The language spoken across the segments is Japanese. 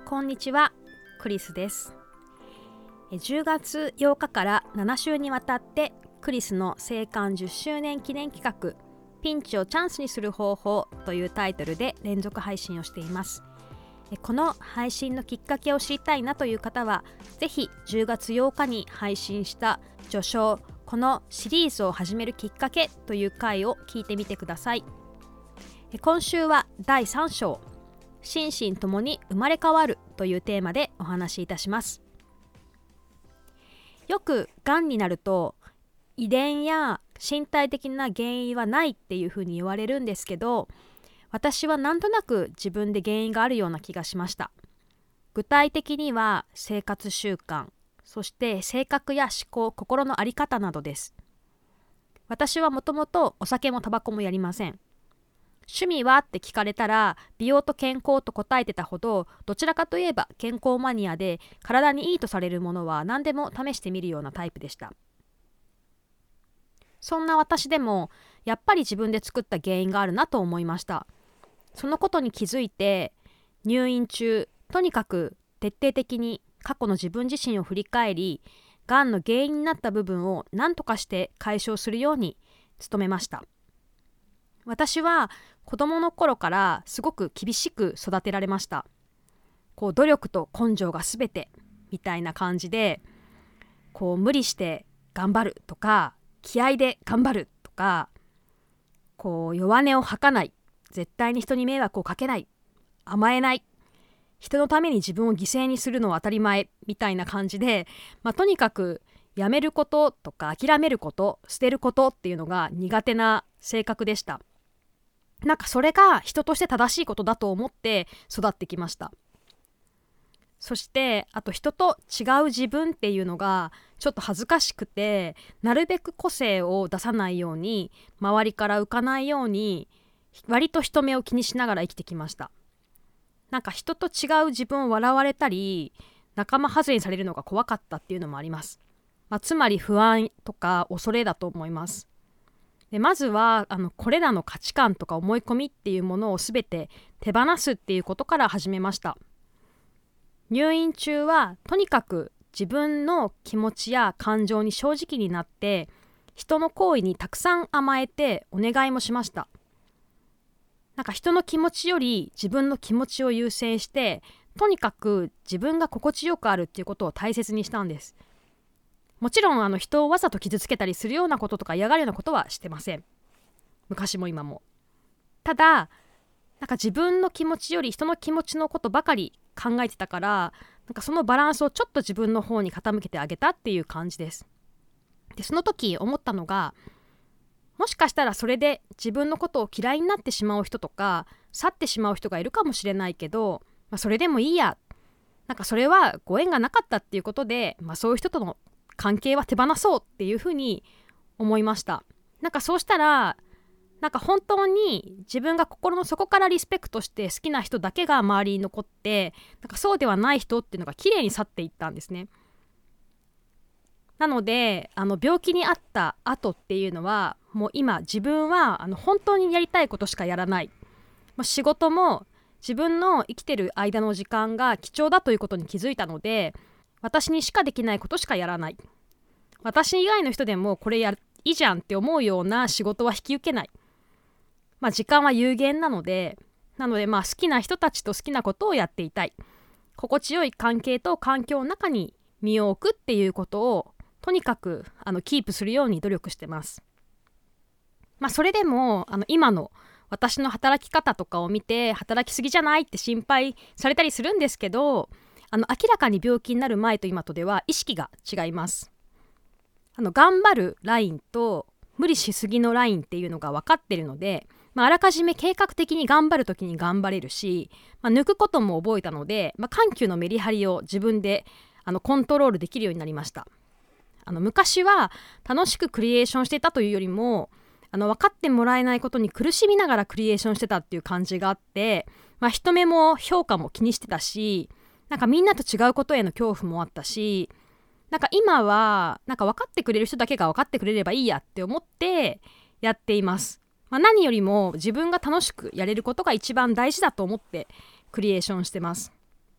こんにちは、クリスです。10月8日から7週にわたってクリスの生誕10周年記念企画ピンチをチャンスにする方法というタイトルで連続配信をしています。この配信のきっかけを知りたいなという方はぜひ10月8日に配信した序章このシリーズを始めるきっかけという回を聞いてみてください。今週は第3章心身ともに生まれ変わるというテーマでお話しいたします。よくがんになると遺伝や身体的な原因はないっていうふうに言われるんですけど、私はなんとなく自分で原因があるような気がしました。具体的には生活習慣、そして性格や思考、心の在り方などです。私はもともとお酒もタバコもやりません。趣味はって聞かれたら美容と健康と答えてたほど、どちらかといえば健康マニアで体にいいとされるものは何でも試してみるようなタイプでした。そんな私でもやっぱり自分で作った原因があるなと思いました。そのことに気づいて入院中とにかく徹底的に過去の自分自身を振り返り、がんの原因になった部分を何とかして解消するように努めました。私は子供の頃からすごく厳しく育てられました。努力と根性が全てみたいな感じで、無理して頑張るとか気合で頑張るとか、弱音を吐かない、絶対に人に迷惑をかけない、甘えない、人のために自分を犠牲にするのは当たり前みたいな感じで、とにかくやめることとか諦めること、捨てることっていうのが苦手な性格でした。それが人として正しいことだと思って育ってきました。そしてあと人と違う自分っていうのがちょっと恥ずかしくて、なるべく個性を出さないように、周りから浮かないように割と人目を気にしながら生きてきました。人と違う自分を笑われたり仲間外れにされるのが怖かったっていうのもあります。つまり不安とか恐れだと思います。でまずはこれらの価値観とか思い込みっていうものを全て手放すっていうことから始めました。入院中はとにかく自分の気持ちや感情に正直になって、人の行為にたくさん甘えてお願いもしました。人の気持ちより自分の気持ちを優先して、とにかく自分が心地よくあるっていうことを大切にしたんです。もちろん人をわざと傷つけたりするようなこととか嫌がるようなことはしてません。昔も今も。ただ自分の気持ちより人の気持ちのことばかり考えてたから、そのバランスをちょっと自分の方に傾けてあげたっていう感じです。でその時思ったのが、もしかしたらそれで自分のことを嫌いになってしまう人とか去ってしまう人がいるかもしれないけど、それでもいいや、それはご縁がなかったっていうことで、そういう人との関係は手放そうっていうふうに思いました。そうしたら本当に自分が心の底からリスペクトして好きな人だけが周りに残って、そうではない人っていうのが綺麗に去っていったんですね。なので病気にあった後っていうのはもう今自分は本当にやりたいことしかやらない、仕事も自分の生きてる間の時間が貴重だということに気づいたので、私にしかできないことしかやらない、私以外の人でもこれいいじゃんって思うような仕事は引き受けない、時間は有限なので好きな人たちと好きなことをやっていたい、心地よい関係と環境の中に身を置くっていうことをとにかくキープするように努力してます。それでも今の私の働き方とかを見て働きすぎじゃないって心配されたりするんですけど、明らかに病気になる前と今とでは意識が違います。頑張るラインと無理しすぎのラインっていうのが分かってるので、あらかじめ計画的に頑張るときに頑張れるし、抜くことも覚えたので、緩急のメリハリを自分でコントロールできるようになりました。昔は楽しくクリエーションしていたというよりも分かってもらえないことに苦しみながらクリエーションしてたっていう感じがあって、人目も評価も気にしてたし、みんなと違うことへの恐怖もあったし、今は分かってくれる人だけが分かってくれればいいやって思ってやっています。何よりも自分が楽しくやれることが一番大事だと思ってクリエーションしてます。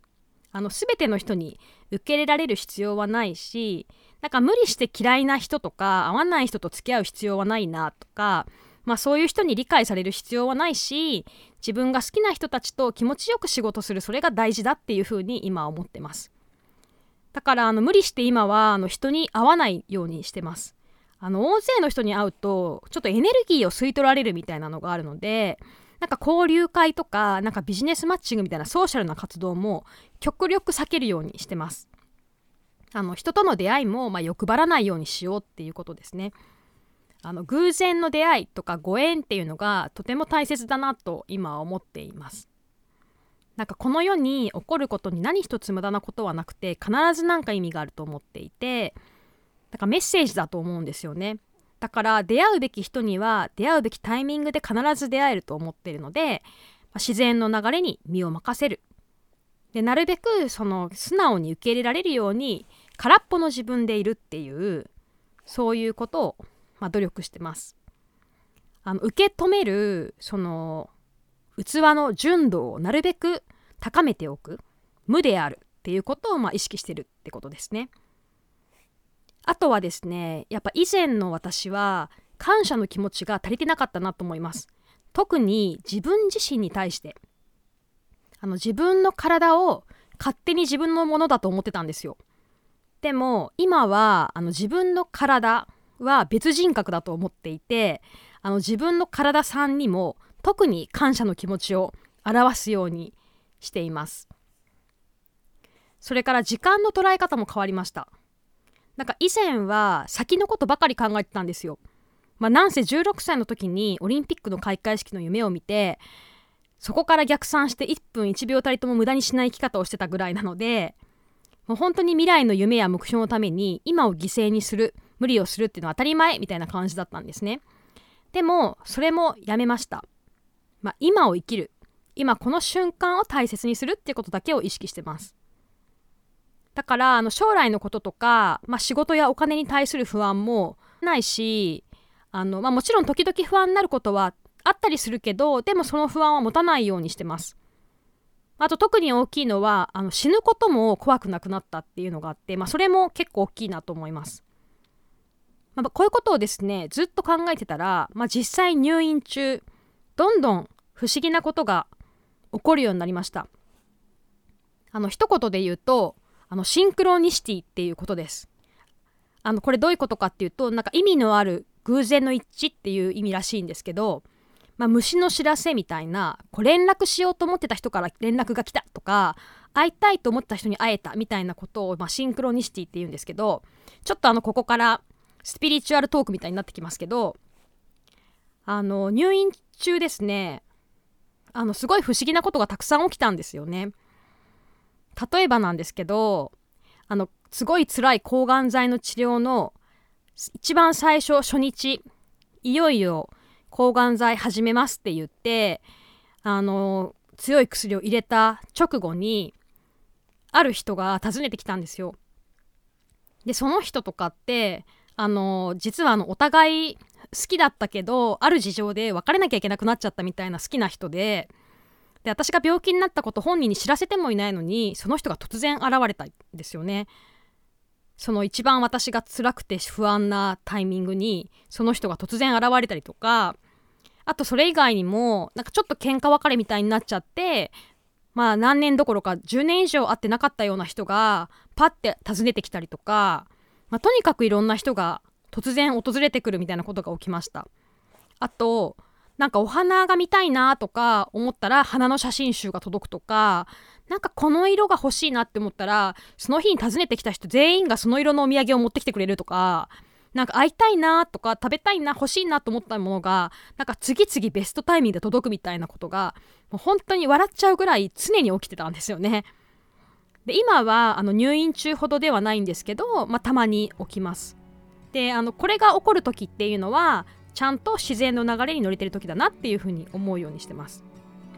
全ての人に受け入れられる必要はないし、なんか無理して嫌いな人とか合わない人と付き合う必要はないなとか、そういう人に理解される必要はないし、自分が好きな人たちと気持ちよく仕事する、それが大事だっていうふうに今は思ってます。だから無理して今は人に会わないようにしてます。大勢の人に会うとちょっとエネルギーを吸い取られるみたいなのがあるので、なんか交流会とか、なんかビジネスマッチングみたいなソーシャルな活動も極力避けるようにしてます。人との出会いも欲張らないようにしようっていうことですね。偶然の出会いとかご縁っていうのがとても大切だなと今は思っています。なんかこの世に起こることに何一つ無駄なことはなくて、必ず何か意味があると思っていて、だからメッセージだと思うんですよね。だから出会うべき人には出会うべきタイミングで必ず出会えると思っているので、自然の流れに身を任せる。で、なるべく素直に受け入れられるように空っぽの自分でいるっていう、そういうことを努力してます。受け止める器の純度をなるべく高めておく、無であるっていうことを意識してるってことですね。あとはですね、やっぱ以前の私は感謝の気持ちが足りてなかったなと思います。特に自分自身に対して。自分の体を勝手に自分のものだと思ってたんですよ。でも今は自分の体は別人格だと思っていて、自分の体さんにも特に感謝の気持ちを表すようにしています。それから時間の捉え方も変わりました。なんか以前は先のことばかり考えてたんですよ。なんせ16歳の時にオリンピックの開会式の夢を見て、そこから逆算して1分1秒たりとも無駄にしない生き方をしてたぐらいなので、もう本当に未来の夢や目標のために今を犠牲にする、無理をするっていうのは当たり前みたいな感じだったんですね。でもそれもやめました。今を生きる、今この瞬間を大切にするっていうことだけを意識してます。だから将来のこととか、仕事やお金に対する不安もないし、もちろん時々不安になることはあったりするけど、でもその不安は持たないようにしてます。あと特に大きいのは死ぬことも怖くなくなったっていうのがあって、それも結構大きいなと思います。こういうことをですねずっと考えてたら、実際入院中どんどん不思議なことが起こるようになりました。一言で言うとシンクロニシティっていうことです。これどういうことかっていうと、なんか意味のある偶然の一致っていう意味らしいんですけど、虫の知らせみたいな、連絡しようと思ってた人から連絡が来たとか、会いたいと思った人に会えたみたいなことを、シンクロニシティって言うんですけど、ちょっとここからスピリチュアルトークみたいになってきますけど、入院中ですね、すごい不思議なことがたくさん起きたんですよね。例えばなんですけど、すごい辛い抗がん剤の治療の一番最初初日、いよいよ抗がん剤始めますって言って強い薬を入れた直後にある人が訪ねてきたんですよ。でその人とかって実はお互い好きだったけど、ある事情で別れなきゃいけなくなっちゃったみたいな好きな人で、私が病気になったこと本人に知らせてもいないのに、その人が突然現れたんですよね。その一番私が辛くて不安なタイミングにその人が突然現れたりとか、あとそれ以外にもなんかちょっと喧嘩別れみたいになっちゃって、何年どころか10年以上会ってなかったような人がパッて訪ねてきたりとか、とにかくいろんな人が突然訪れてくるみたいなことが起きました。あとなんかお花が見たいなとか思ったら花の写真集が届くとか、なんかこの色が欲しいなって思ったらその日に訪ねてきた人全員がその色のお土産を持ってきてくれるとか、なんか会いたいなとか食べたいな欲しいなと思ったものがなんか次々ベストタイミングで届くみたいなことがもう本当に笑っちゃうぐらい常に起きてたんですよね。で今は入院中ほどではないんですけど、たまに起きます。でこれが起こる時っていうのはちゃんと自然の流れに乗れてる時だなっていうふうに思うようにしてます。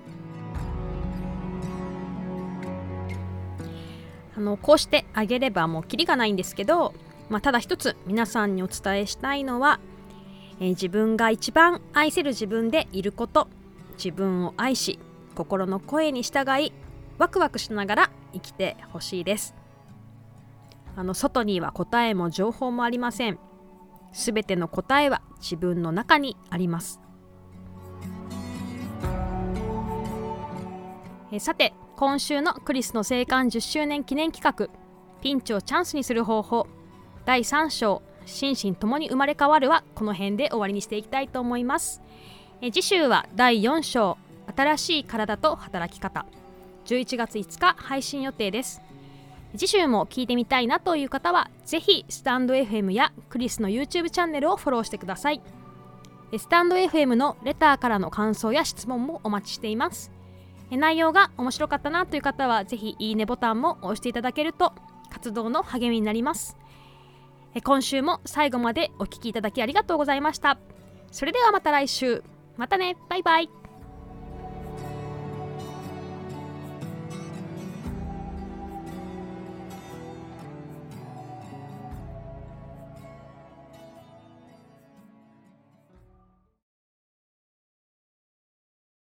こうしてあげればもうキリがないんですけど、ただ一つ皆さんにお伝えしたいのは、自分が一番愛せる自分でいること、自分を愛し心の声に従いワクワクしながら生きてほしいです。外には答えも情報もありません。すべての答えは自分の中にあります。さて、今週のクリスの生還10周年記念企画、ピンチをチャンスにする方法第3章、心身ともに生まれ変わるはこの辺で終わりにしていきたいと思います。次週は第4章、新しい体と働き方、11月5日配信予定です。次週も聞いてみたいなという方はぜひスタンド FM やクリスの YouTube チャンネルをフォローしてください。スタンド FM のレターからの感想や質問もお待ちしています。内容が面白かったなという方はぜひいいねボタンも押していただけると活動の励みになります。今週も最後までお聞きいただきありがとうございました。それではまた来週。またね。バイバイ。